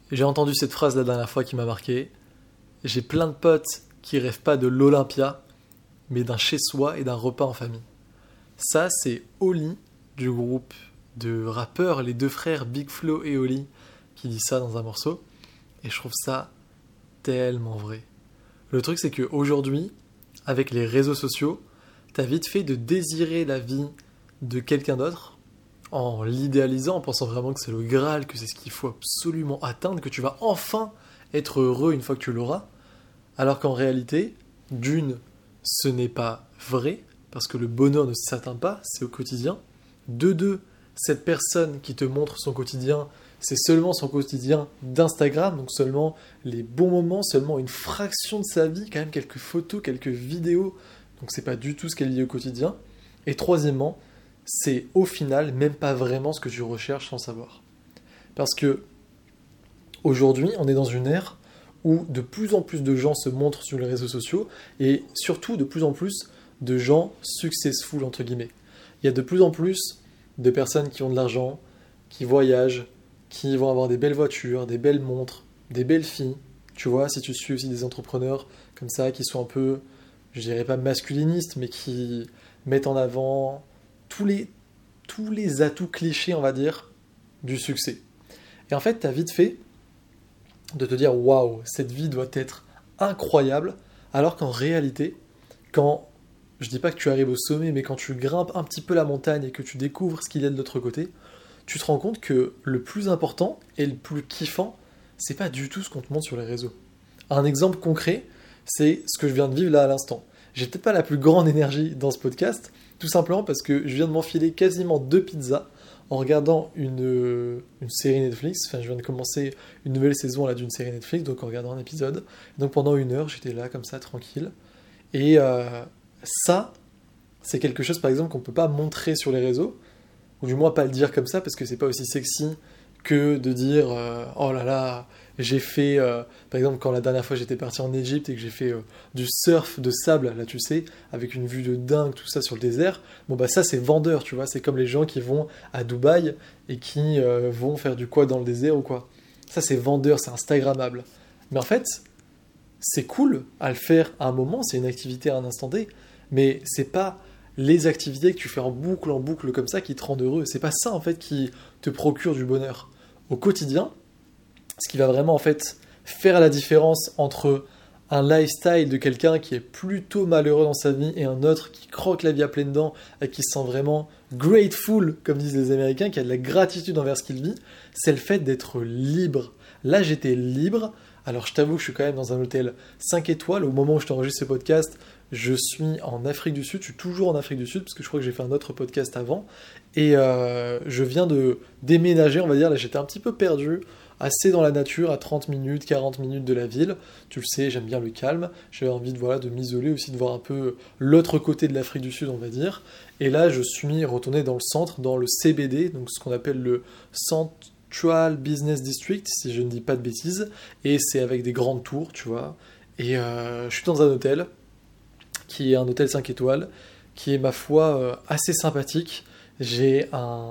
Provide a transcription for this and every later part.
J'ai entendu cette phrase la dernière fois qui m'a marqué. J'ai plein de potes qui rêvent pas de l'Olympia, mais d'un chez-soi et d'un repas en famille. Ça, c'est Oli du groupe de rappeurs, les deux frères Big Flo et Oli, qui dit ça dans un morceau. Et je trouve ça tellement vrai. Le truc, c'est qu'aujourd'hui, avec les réseaux sociaux, t'as vite fait de désirer la vie de quelqu'un d'autre en l'idéalisant, en pensant vraiment que c'est le Graal, que c'est ce qu'il faut absolument atteindre, que tu vas enfin être heureux une fois que tu l'auras. Alors qu'en réalité, d'une, ce n'est pas vrai, parce que le bonheur ne s'atteint pas, c'est au quotidien. De deux, cette personne qui te montre son quotidien, c'est seulement son quotidien d'Instagram, donc seulement les bons moments, seulement une fraction de sa vie, quand même quelques photos, quelques vidéos, donc c'est pas du tout ce qu'elle vit au quotidien. Et troisièmement, c'est au final même pas vraiment ce que tu recherches sans savoir. Parce que aujourd'hui, on est dans une ère où de plus en plus de gens se montrent sur les réseaux sociaux et surtout de plus en plus de gens successful entre guillemets. Il y a de plus en plus de personnes qui ont de l'argent, qui voyagent, qui vont avoir des belles voitures, des belles montres, des belles filles. Tu vois, si tu suis aussi des entrepreneurs comme ça, qui sont un peu, je dirais pas masculinistes, mais qui mettent en avant tous les, tous les atouts clichés, on va dire, du succès. Et en fait, tu as vite fait de te dire waouh, cette vie doit être incroyable, alors qu'en réalité, quand je dis pas que tu arrives au sommet, mais quand tu grimpes un petit peu la montagne et que tu découvres ce qu'il y a de l'autre côté, tu te rends compte que le plus important et le plus kiffant, c'est pas du tout ce qu'on te montre sur les réseaux. Un exemple concret, c'est ce que je viens de vivre là à l'instant. J'ai peut-être pas la plus grande énergie dans ce podcast, tout simplement parce que je viens de m'enfiler quasiment 2 pizzas en regardant une série Netflix. Enfin, je viens de commencer une nouvelle saison là, d'une série Netflix, donc en regardant un épisode. Donc pendant 1 heure, j'étais là comme ça, tranquille. Et ça, c'est quelque chose par exemple qu'on peut pas montrer sur les réseaux, ou du moins pas le dire comme ça parce que c'est pas aussi sexy que de dire oh là là, j'ai fait par exemple quand la dernière fois j'étais parti en Égypte et que j'ai fait du surf de sable là tu sais avec une vue de dingue tout ça sur le désert, bon bah ça c'est vendeur, tu vois, c'est comme les gens qui vont à Dubaï et qui vont faire du quad dans le désert ou quoi. Ça c'est vendeur, c'est instagrammable. Mais en fait, c'est cool à le faire à un moment, c'est une activité à un instant T, mais c'est pas les activités que tu fais en boucle comme ça qui te rendent heureux. C'est pas ça en fait qui te procure du bonheur. Au quotidien, ce qui va vraiment en fait faire la différence entre un lifestyle de quelqu'un qui est plutôt malheureux dans sa vie et un autre qui croque la vie à pleines dents et qui se sent vraiment grateful, comme disent les Américains, qui a de la gratitude envers ce qu'il vit, c'est le fait d'être libre. Là, j'étais libre. Alors, je t'avoue que je suis quand même dans un hôtel 5 étoiles. Au moment où je t'enregistre ce podcast, je suis en Afrique du Sud. Je suis toujours en Afrique du Sud parce que je crois que j'ai fait un autre podcast avant. Et je viens de déménager, on va dire. Là, j'étais un petit peu perdu, assez dans la nature, à 30 minutes, 40 minutes de la ville. Tu le sais, j'aime bien le calme. J'avais envie de, voilà, de m'isoler aussi, de voir un peu l'autre côté de l'Afrique du Sud, on va dire. Et là, je suis retourné dans le centre, dans le CBD, donc ce qu'on appelle le Central Business District, si je ne dis pas de bêtises. Et c'est avec des grandes tours, tu vois. Et je suis dans un hôtel, qui est un hôtel 5 étoiles, qui est, ma foi, assez sympathique. J'ai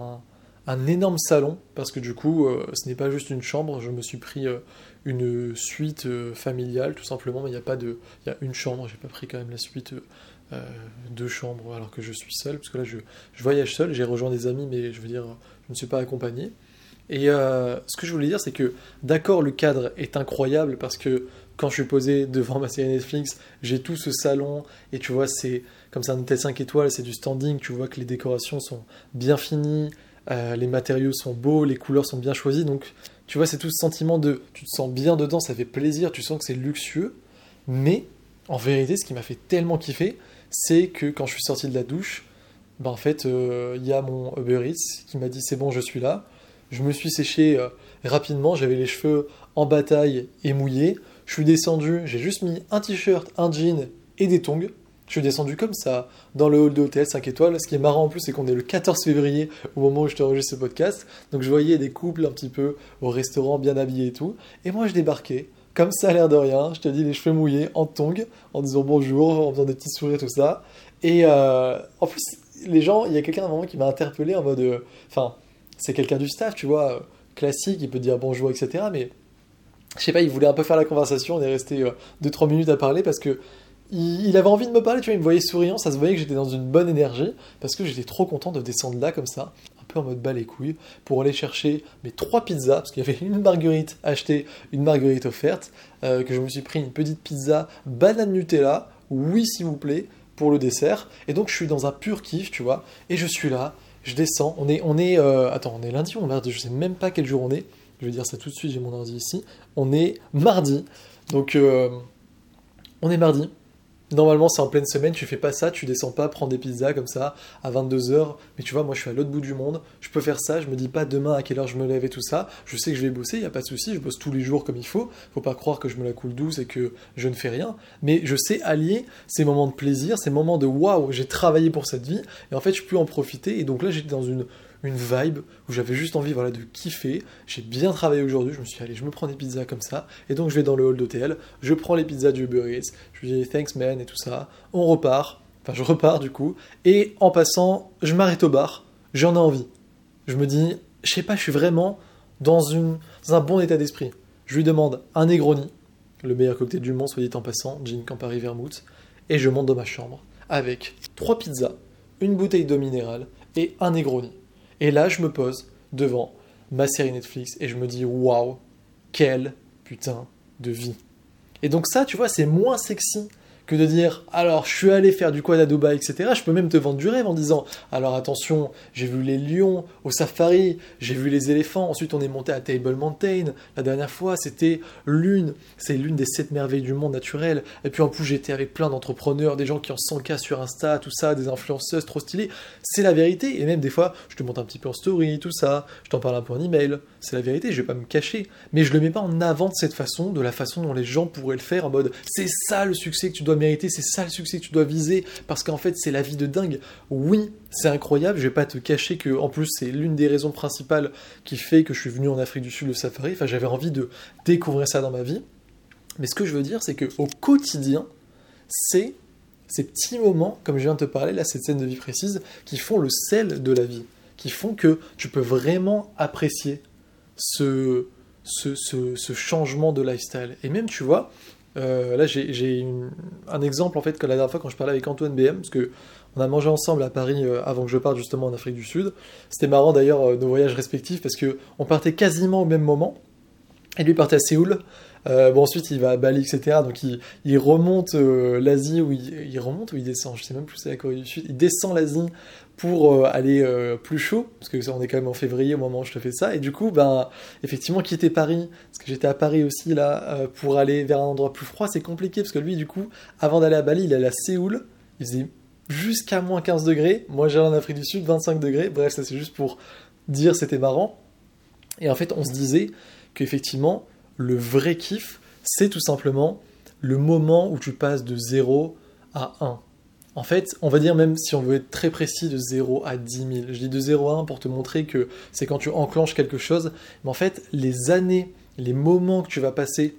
un énorme salon, parce que du coup, ce n'est pas juste une chambre, je me suis pris une suite familiale, tout simplement, mais il n'y a pas de... Il y a une chambre, j'ai pas pris quand même la suite 2 chambres, alors que je suis seul, parce que là, je voyage seul, j'ai rejoint des amis, mais je veux dire, je ne suis pas accompagné. Et ce que je voulais dire, c'est que, d'accord, le cadre est incroyable, parce que quand je suis posé devant ma série Netflix, j'ai tout ce salon, et tu vois, c'est comme c'est un hôtel 5 étoiles, c'est du standing, tu vois que les décorations sont bien finies, les matériaux sont beaux, les couleurs sont bien choisies, donc tu vois, c'est tout ce sentiment de tu te sens bien dedans, ça fait plaisir, tu sens que c'est luxueux, mais en vérité, ce qui m'a fait tellement kiffer, c'est que quand je suis sorti de la douche, ben en fait, y a mon Uber Eats qui m'a dit c'est bon, je suis là. Je me suis séché rapidement, j'avais les cheveux en bataille et mouillés. Je suis descendu, j'ai juste mis un t-shirt, un jean et des tongs. Je suis descendu comme ça dans le hall de hôtel 5 étoiles. Ce qui est marrant en plus, c'est qu'on est le 14 février au moment où je t'enregistre ce podcast. Donc je voyais des couples un petit peu au restaurant bien habillés et tout. Et moi je débarquais, comme ça a l'air de rien. Je te dis les cheveux mouillés, en tongs, en disant bonjour, en faisant des petits sourires, tout ça. Et en plus, les gens, il y a quelqu'un à un moment qui m'a interpellé en mode... Enfin, c'est quelqu'un du staff, tu vois, classique, il peut dire bonjour, etc. Mais Je sais pas, il voulait un peu faire la conversation, on est resté 2-3 minutes à parler parce que il avait envie de me parler, tu vois, il me voyait souriant, ça se voyait que j'étais dans une bonne énergie, parce que j'étais trop content de descendre là comme ça, un peu en mode bas les couilles, pour aller chercher mes 3 pizzas, parce qu'il y avait une marguerite achetée, une marguerite offerte, que je me suis pris une petite pizza banane Nutella, oui s'il vous plaît, pour le dessert, et donc je suis dans un pur kiff, tu vois, et je suis là, je descends, attends, on est lundi ou mardi, je sais même pas quel jour on est, je vais dire ça tout de suite, j'ai mon ordi ici, on est mardi, donc on est mardi. Normalement, c'est en pleine semaine, tu fais pas ça, tu descends pas prendre des pizzas comme ça à 22h. Mais tu vois, moi je suis à l'autre bout du monde, je peux faire ça, je me dis pas demain à quelle heure je me lève et tout ça. Je sais que je vais bosser, y a pas de souci, je bosse tous les jours comme il faut. Faut pas croire que je me la coule douce et que je ne fais rien. Mais je sais allier ces moments de plaisir, ces moments de waouh, j'ai travaillé pour cette vie et en fait je peux en profiter. Et donc là, j'étais dans une vibe où j'avais juste envie voilà, de kiffer. J'ai bien travaillé aujourd'hui, je me suis dit, allez, je me prends des pizzas comme ça. Et donc je vais dans le hall d'hôtel, je prends les pizzas du Uber Eats, je lui dis thanks man et tout ça. On repart, enfin je repars du coup. Et en passant, je m'arrête au bar, j'en ai envie. Je me dis, je sais pas, je suis vraiment dans un bon état d'esprit. Je lui demande un Negroni, le meilleur cocktail du monde, soit dit en passant, gin Campari Vermouth, et je monte dans ma chambre avec 3 pizzas, une bouteille d'eau minérale et un Negroni. Et là, je me pose devant ma série Netflix et je me dis waouh, quelle putain de vie. Et donc ça, tu vois, c'est moins sexy que de dire alors je suis allé faire du quad à Dubaï, etc. Je peux même te vendre du rêve en disant alors attention, j'ai vu les lions au safari, j'ai vu les éléphants, ensuite on est monté à Table Mountain, la dernière fois c'est l'une des 7 merveilles du monde naturel, et puis en plus j'étais avec plein d'entrepreneurs, des gens qui ont 100K sur Insta, tout ça, des influenceuses trop stylées, c'est la vérité, et même des fois je te montre un petit peu en story, tout ça, je t'en parle un peu en email, c'est la vérité, je vais pas me cacher, mais je le mets pas en avant de cette façon, de la façon dont les gens pourraient le faire, en mode c'est ça le succès que tu dois mériter, c'est ça le succès que tu dois viser, parce qu'en fait c'est la vie de dingue. Oui, c'est incroyable, je vais pas te cacher que en plus c'est l'une des raisons principales qui fait que je suis venu en Afrique du Sud au safari, enfin j'avais envie de découvrir ça dans ma vie, mais ce que je veux dire c'est que au quotidien, c'est ces petits moments, comme je viens de te parler, là, cette scène de vie précise, qui font le sel de la vie, qui font que tu peux vraiment apprécier ce changement de lifestyle. Et même, tu vois, là, j'ai un exemple, en fait, que la dernière fois, quand je parlais avec Antoine BM, parce que on a mangé ensemble à Paris avant que je parte justement en Afrique du Sud. C'était marrant d'ailleurs, nos voyages respectifs, parce que on partait quasiment au même moment, et lui partait à Séoul. Bon, ensuite, il va à Bali, etc. Donc, il remonte l'Asie, ou il remonte ou il descend, je sais même plus, c'est la Corée du Sud. Il descend l'Asie pour aller plus chaud, parce que ça, on est quand même en février au moment où je te fais ça. Et du coup, ben, effectivement, quitter Paris, parce que j'étais à Paris aussi, là, pour aller vers un endroit plus froid, c'est compliqué, parce que lui, du coup, avant d'aller à Bali, il allait à Séoul, il faisait jusqu'à moins 15 degrés. Moi, j'allais en Afrique du Sud, 25 degrés. Bref, ça, c'est juste pour dire c'était marrant. Et en fait, on se disait qu'effectivement, le vrai kiff, c'est tout simplement le moment où tu passes de 0 à 1. En fait, on va dire même si on veut être très précis, de 0 à 10 000. Je dis de 0 à 1 pour te montrer que c'est quand tu enclenches quelque chose. Mais en fait, les années, les moments que tu vas passer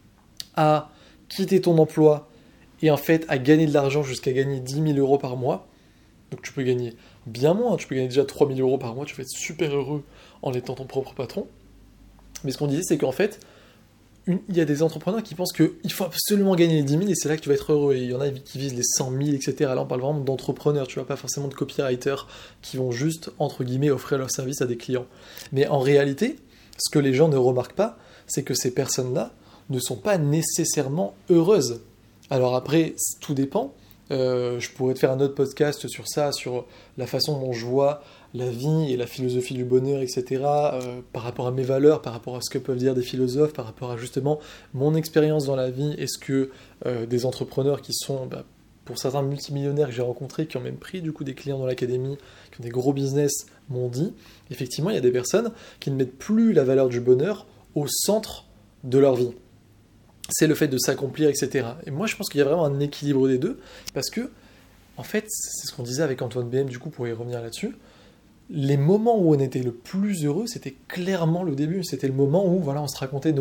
à quitter ton emploi et en fait à gagner de l'argent jusqu'à gagner 10 000 euros par mois, donc tu peux gagner bien moins, tu peux gagner déjà 3 000 euros par mois, tu vas être super heureux en étant ton propre patron. Mais ce qu'on disait, c'est qu'en fait, il y a des entrepreneurs qui pensent qu'il faut absolument gagner les 10 000 et c'est là que tu vas être heureux. Et il y en a qui visent les 100 000, etc. Là, on parle vraiment d'entrepreneurs, tu vois, pas forcément de copywriters qui vont juste, entre guillemets, offrir leur service à des clients. Mais en réalité, ce que les gens ne remarquent pas, c'est que ces personnes-là ne sont pas nécessairement heureuses. Alors après, tout dépend. Je pourrais te faire un autre podcast sur ça, sur la façon dont je vois la vie et la philosophie du bonheur, etc., par rapport à mes valeurs, par rapport à ce que peuvent dire des philosophes, par rapport à justement mon expérience dans la vie et ce que des entrepreneurs qui sont, pour certains multimillionnaires que j'ai rencontrés, qui ont même pris du coup des clients dans l'académie, qui ont des gros business, m'ont dit, effectivement, il y a des personnes qui ne mettent plus la valeur du bonheur au centre de leur vie. C'est le fait de s'accomplir, etc. Et moi, je pense qu'il y a vraiment un équilibre des deux, parce que, en fait, c'est ce qu'on disait avec Antoine BM, du coup, pour y revenir là-dessus, les moments où on était le plus heureux, c'était clairement le début. C'était le moment où voilà, on se racontait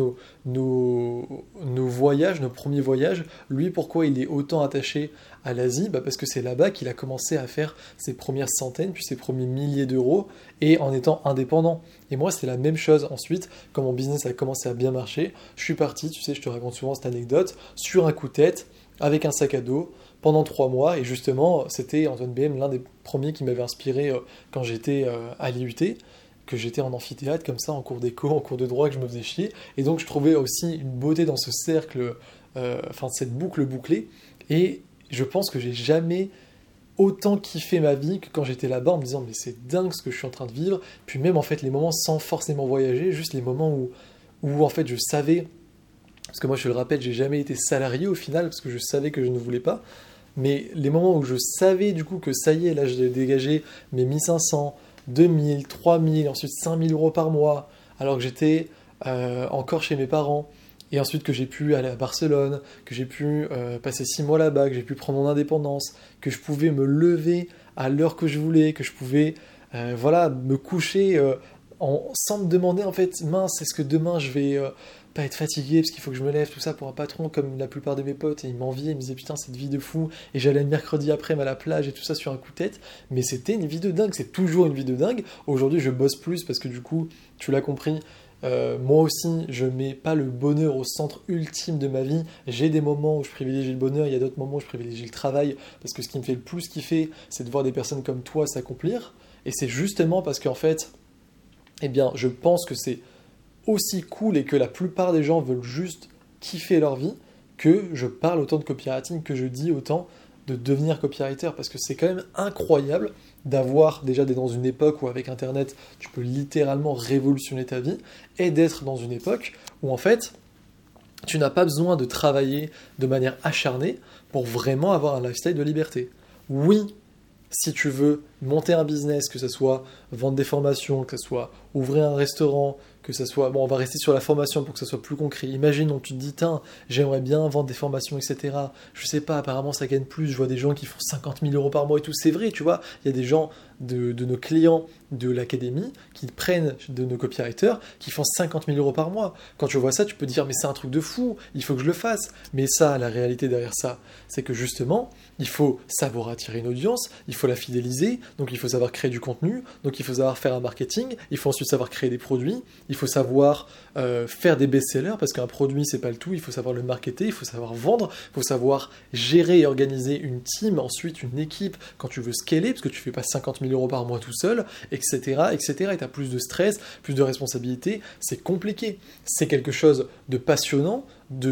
nos voyages, nos premiers voyages. Lui, pourquoi il est autant attaché à l'Asie? Parce que c'est là-bas qu'il a commencé à faire ses premières centaines, puis ses premiers milliers d'euros, et en étant indépendant. Et moi, c'est la même chose. Ensuite, quand mon business a commencé à bien marcher, je suis parti, tu sais, je te raconte souvent cette anecdote, sur un coup de tête, avec un sac à dos, pendant 3 mois, et justement, c'était Antoine BM, l'un des premiers qui m'avait inspiré quand j'étais à l'IUT, que j'étais en amphithéâtre, comme ça, en cours d'éco, en cours de droit, que je me faisais chier, et donc je trouvais aussi une beauté dans ce cercle, cette boucle bouclée, et je pense que j'ai jamais autant kiffé ma vie que quand j'étais là-bas, en me disant, mais c'est dingue ce que je suis en train de vivre, puis même en fait, les moments sans forcément voyager, juste les moments où en fait, je savais, parce que moi, je le rappelle, j'ai jamais été salarié au final, parce que je savais que je ne voulais pas, mais les moments où je savais du coup que ça y est, là j'ai dégagé mes 1500, 2000, 3000, ensuite 5000 euros par mois, alors que j'étais encore chez mes parents, et ensuite que j'ai pu aller à Barcelone, que j'ai pu passer 6 mois là-bas, que j'ai pu prendre mon indépendance, que je pouvais me lever à l'heure que je voulais, que je pouvais voilà, me coucher sans me demander en fait, mince, est-ce que demain je vais pas être fatigué parce qu'il faut que je me lève, tout ça pour un patron comme la plupart de mes potes, et ils m'enviaient, ils me disaient putain cette vie de fou, et j'allais le mercredi après à la plage et tout ça sur un coup de tête, mais c'était une vie de dingue, c'est toujours une vie de dingue. Aujourd'hui je bosse plus parce que du coup, tu l'as compris, moi aussi je mets pas le bonheur au centre ultime de ma vie, j'ai des moments où je privilégie le bonheur, il y a d'autres moments où je privilégie le travail, parce que ce qui me fait le plus kiffer, c'est de voir des personnes comme toi s'accomplir, et c'est justement parce qu'en fait, eh bien je pense que c'est aussi cool et que la plupart des gens veulent juste kiffer leur vie, que je parle autant de copywriting, que je dis autant de devenir copywriter, parce que c'est quand même incroyable d'avoir déjà d'être dans une époque où avec Internet, tu peux littéralement révolutionner ta vie, et d'être dans une époque où en fait, tu n'as pas besoin de travailler de manière acharnée pour vraiment avoir un lifestyle de liberté. Oui, si tu veux monter un business, que ce soit vendre des formations, que ce soit ouvrir un restaurant, que ce soit... Bon, on va rester sur la formation pour que ça soit plus concret. Imaginons, tu te dis, tiens, j'aimerais bien vendre des formations, etc. Je sais pas, apparemment ça gagne plus. Je vois des gens qui font 50 000 euros par mois et tout. C'est vrai, tu vois. Il y a des gens de nos clients de l'académie qui prennent de nos copywriters qui font 50 000 euros par mois. Quand tu vois ça, tu peux dire, mais c'est un truc de fou, il faut que je le fasse. Mais ça, la réalité derrière ça, c'est que justement, il faut savoir attirer une audience, il faut la fidéliser, donc il faut savoir créer du contenu, donc il faut savoir faire un marketing, il faut ensuite savoir créer des produits, il faut savoir faire des best-sellers, parce qu'un produit, c'est pas le tout, il faut savoir le marketer, il faut savoir vendre, il faut savoir gérer et organiser une team, ensuite une équipe, quand tu veux scaler, parce que tu fais pas 50 000 euros par mois tout seul, etc., etc., et tu as plus de stress, plus de responsabilités, c'est compliqué. C'est quelque chose de passionnant,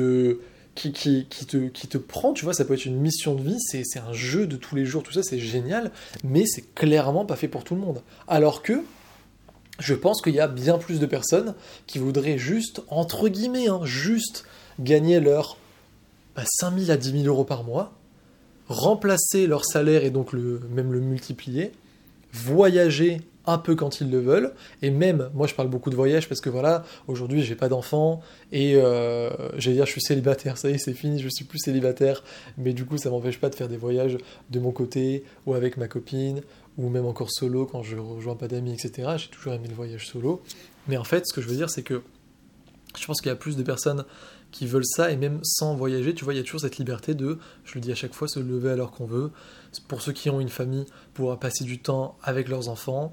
qui te prend, tu vois, ça peut être une mission de vie, c'est un jeu de tous les jours, tout ça, c'est génial, mais c'est clairement pas fait pour tout le monde. Alors que, je pense qu'il y a bien plus de personnes qui voudraient juste, entre guillemets, juste gagner leur 5 000 à 10 000 euros par mois, remplacer leur salaire et donc même le multiplier, voyager un peu quand ils le veulent, et même, moi je parle beaucoup de voyage parce que voilà, aujourd'hui j'ai pas d'enfant, et j'allais dire je suis célibataire, ça y est c'est fini, je suis plus célibataire, mais du coup ça m'empêche pas de faire des voyages de mon côté, ou avec ma copine, ou même encore solo quand je rejoins pas d'amis, etc. J'ai toujours aimé le voyage solo, mais en fait ce que je veux dire c'est que je pense qu'il y a plus de personnes qui veulent ça, et même sans voyager, tu vois, il y a toujours cette liberté de, je le dis à chaque fois, se lever à l'heure qu'on veut. Pour ceux qui ont une famille, pouvoir passer du temps avec leurs enfants,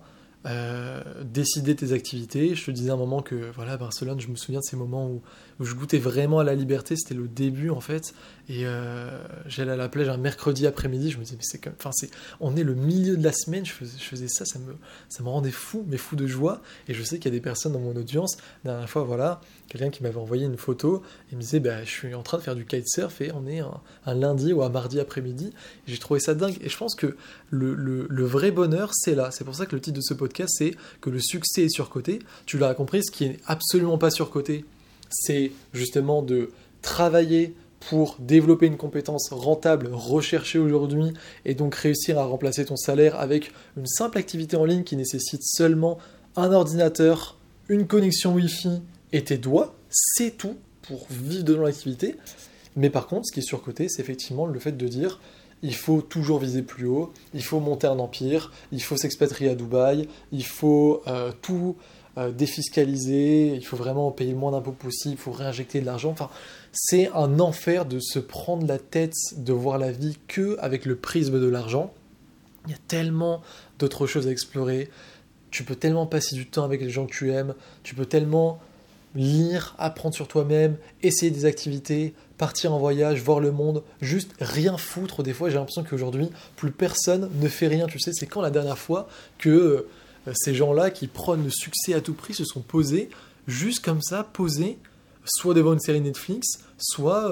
décider tes activités. Je te disais un moment que, voilà, Barcelone, je me souviens de ces moments où je goûtais vraiment à la liberté, c'était le début en fait, et j'allais à la plage un mercredi après-midi, je me disais, mais c'est comme, enfin, on est le milieu de la semaine, je faisais ça, ça me rendait fou, mais fou de joie, et je sais qu'il y a des personnes dans mon audience, la dernière fois, voilà, quelqu'un qui m'avait envoyé une photo, et me disait, bah, je suis en train de faire du kitesurf, et on est un lundi ou un mardi après-midi, et j'ai trouvé ça dingue, et je pense que le vrai bonheur, c'est là, c'est pour ça que le titre de ce podcast, c'est que le succès est surcoté. Tu l'auras compris, ce qui est absolument pas surcoté, c'est justement de travailler pour développer une compétence rentable, recherchée aujourd'hui, et donc réussir à remplacer ton salaire avec une simple activité en ligne qui nécessite seulement un ordinateur, une connexion Wi-Fi et tes doigts, c'est tout pour vivre de l'activité. Mais par contre, ce qui est surcoté, c'est effectivement le fait de dire, il faut toujours viser plus haut, il faut monter un empire, il faut s'expatrier à Dubaï, il faut tout défiscaliser, il faut vraiment payer le moins d'impôts possible, il faut réinjecter de l'argent. Enfin, c'est un enfer de se prendre la tête, de voir la vie que avec le prisme de l'argent. Il y a tellement d'autres choses à explorer. Tu peux tellement passer du temps avec les gens que tu aimes. Tu peux tellement lire, apprendre sur toi-même, essayer des activités, partir en voyage, voir le monde, juste rien foutre. Des fois, j'ai l'impression qu'aujourd'hui, plus personne ne fait rien. Tu sais, c'est quand la dernière fois que ces gens-là qui prônent le succès à tout prix se sont posés, juste comme ça, posés, soit devant une série Netflix, soit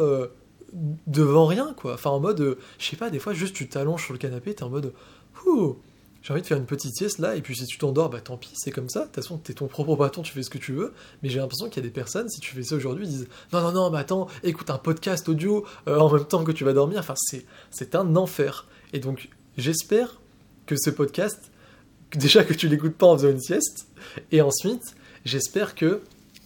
devant rien, quoi. Enfin, en mode, je sais pas, des fois, juste tu t'allonges sur le canapé, t'es en mode, ouh, j'ai envie de faire une petite sieste là, et puis si tu t'endors, bah tant pis, c'est comme ça. De toute façon, t'es ton propre patron, tu fais ce que tu veux. Mais j'ai l'impression qu'il y a des personnes, si tu fais ça aujourd'hui, ils disent, non, mais attends, écoute un podcast audio en même temps que tu vas dormir. Enfin, c'est un enfer. Et donc, j'espère que ce podcast, déjà que tu l'écoutes pas en faisant une sieste, et ensuite, j'espère que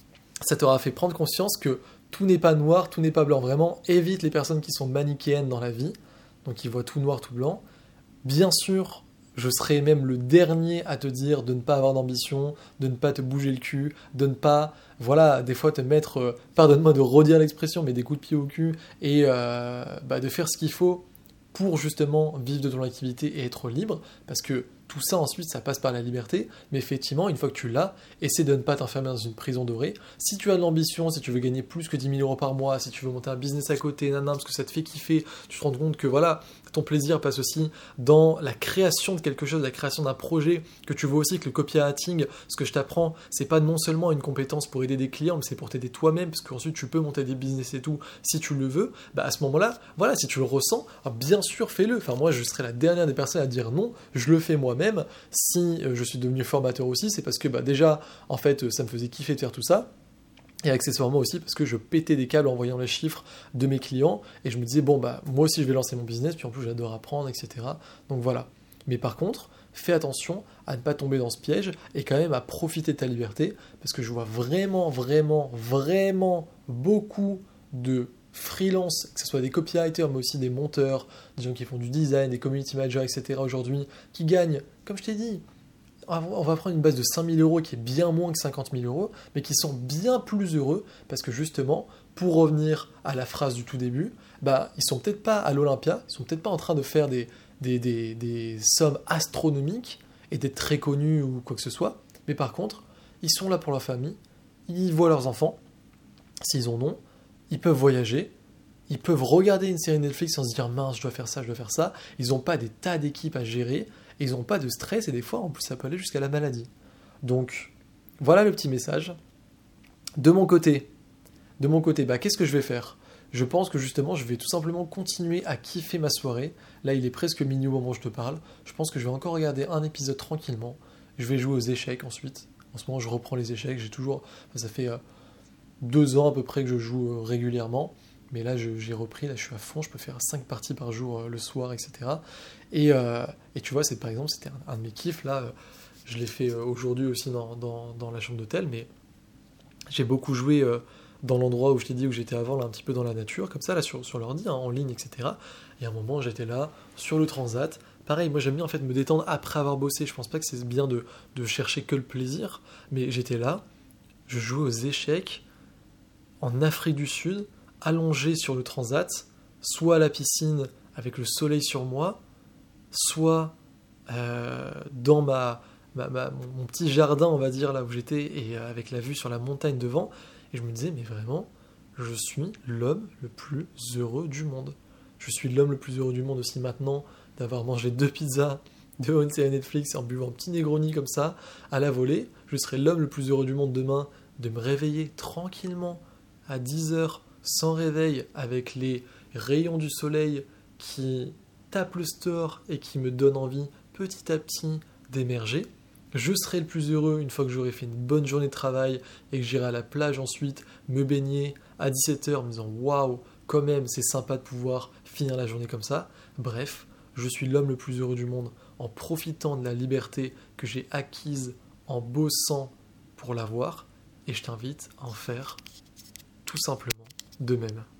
ça t'aura fait prendre conscience que tout n'est pas noir, tout n'est pas blanc. Vraiment, évite les personnes qui sont manichéennes dans la vie, donc qui voient tout noir, tout blanc. Bien sûr, je serai même le dernier à te dire de ne pas avoir d'ambition, de ne pas te bouger le cul, de ne pas, voilà, des fois te mettre, pardonne-moi de redire l'expression, mais des coups de pied au cul, et de faire ce qu'il faut pour justement vivre de ton activité et être libre, parce que tout ça ensuite ça passe par la liberté, mais effectivement une fois que tu l'as, essaie de ne pas t'enfermer dans une prison dorée. Si tu as de l'ambition, si tu veux gagner plus que 10 000 euros par mois, si tu veux monter un business à côté, parce que ça te fait kiffer, tu te rends compte que voilà, ton plaisir passe aussi dans la création de quelque chose, la création d'un projet, que tu vois aussi que le copywriting, ce que je t'apprends, c'est pas non seulement une compétence pour aider des clients, mais c'est pour t'aider toi-même, parce qu'ensuite tu peux monter des business et tout, si tu le veux, bah à ce moment-là, voilà, si tu le ressens, bien sûr fais-le. Enfin moi je serai la dernière des personnes à dire non, je le fais moi-même. Si je suis devenu formateur aussi, c'est parce que déjà, en fait, ça me faisait kiffer de faire tout ça. Et accessoirement aussi parce que je pétais des câbles en voyant les chiffres de mes clients et je me disais, bon, moi aussi je vais lancer mon business, puis en plus j'adore apprendre, etc. Donc voilà. Mais par contre, fais attention à ne pas tomber dans ce piège et quand même à profiter de ta liberté parce que je vois vraiment, vraiment, vraiment beaucoup de freelance, que ce soit des copywriters, mais aussi des monteurs, des gens qui font du design, des community managers, etc. aujourd'hui, qui gagnent, comme je t'ai dit, on va prendre une base de 5 000 euros qui est bien moins que 50 000 euros, mais qui sont bien plus heureux parce que justement, pour revenir à la phrase du tout début, ils sont peut-être pas à l'Olympia, ils sont peut-être pas en train de faire des sommes astronomiques et d'être très connus ou quoi que ce soit, mais par contre, ils sont là pour leur famille, ils voient leurs enfants, s'ils en ont, ils peuvent voyager, ils peuvent regarder une série Netflix sans se dire mince, je dois faire ça, ils n'ont pas des tas d'équipes à gérer, et ils n'ont pas de stress, et des fois, en plus, ça peut aller jusqu'à la maladie. Donc, voilà le petit message. De mon côté, qu'est-ce que je vais faire ? Je pense que justement, je vais tout simplement continuer à kiffer ma soirée. Là, il est presque minuit au moment où je te parle. Je pense que je vais encore regarder un épisode tranquillement. Je vais jouer aux échecs ensuite. En ce moment, je reprends les échecs. Ça fait 2 ans à peu près que je joue régulièrement. Mais là, j'ai repris, là je suis à fond, je peux faire 5 parties par jour le soir, etc. Et tu vois, par exemple, c'était un de mes kiffs, là, je l'ai fait aujourd'hui aussi dans la chambre d'hôtel, mais j'ai beaucoup joué dans l'endroit où je t'ai dit où j'étais avant, là, un petit peu dans la nature, comme ça, là, sur l'ordi, en ligne, etc. Et à un moment, j'étais là, sur le transat. Pareil, moi j'aime bien en fait me détendre après avoir bossé, je pense pas que c'est bien de chercher que le plaisir, mais j'étais là, je jouais aux échecs en Afrique du Sud, allongé sur le transat, soit à la piscine avec le soleil sur moi, soit dans mon petit jardin, on va dire, là où j'étais, et avec la vue sur la montagne devant, et je me disais, mais vraiment, je suis l'homme le plus heureux du monde. Je suis l'homme le plus heureux du monde aussi maintenant d'avoir mangé 2 pizzas devant une série Netflix en buvant un petit Negroni comme ça, à la volée. Je serai l'homme le plus heureux du monde demain de me réveiller tranquillement à 10h sans réveil avec les rayons du soleil qui tapent le store et qui me donnent envie petit à petit d'émerger. Je serai le plus heureux une fois que j'aurai fait une bonne journée de travail et que j'irai à la plage ensuite me baigner à 17h en me disant waouh, quand même c'est sympa de pouvoir finir la journée comme ça. Bref, je suis l'homme le plus heureux du monde en profitant de la liberté que j'ai acquise en bossant pour l'avoir et je t'invite à en faire tout simplement de même.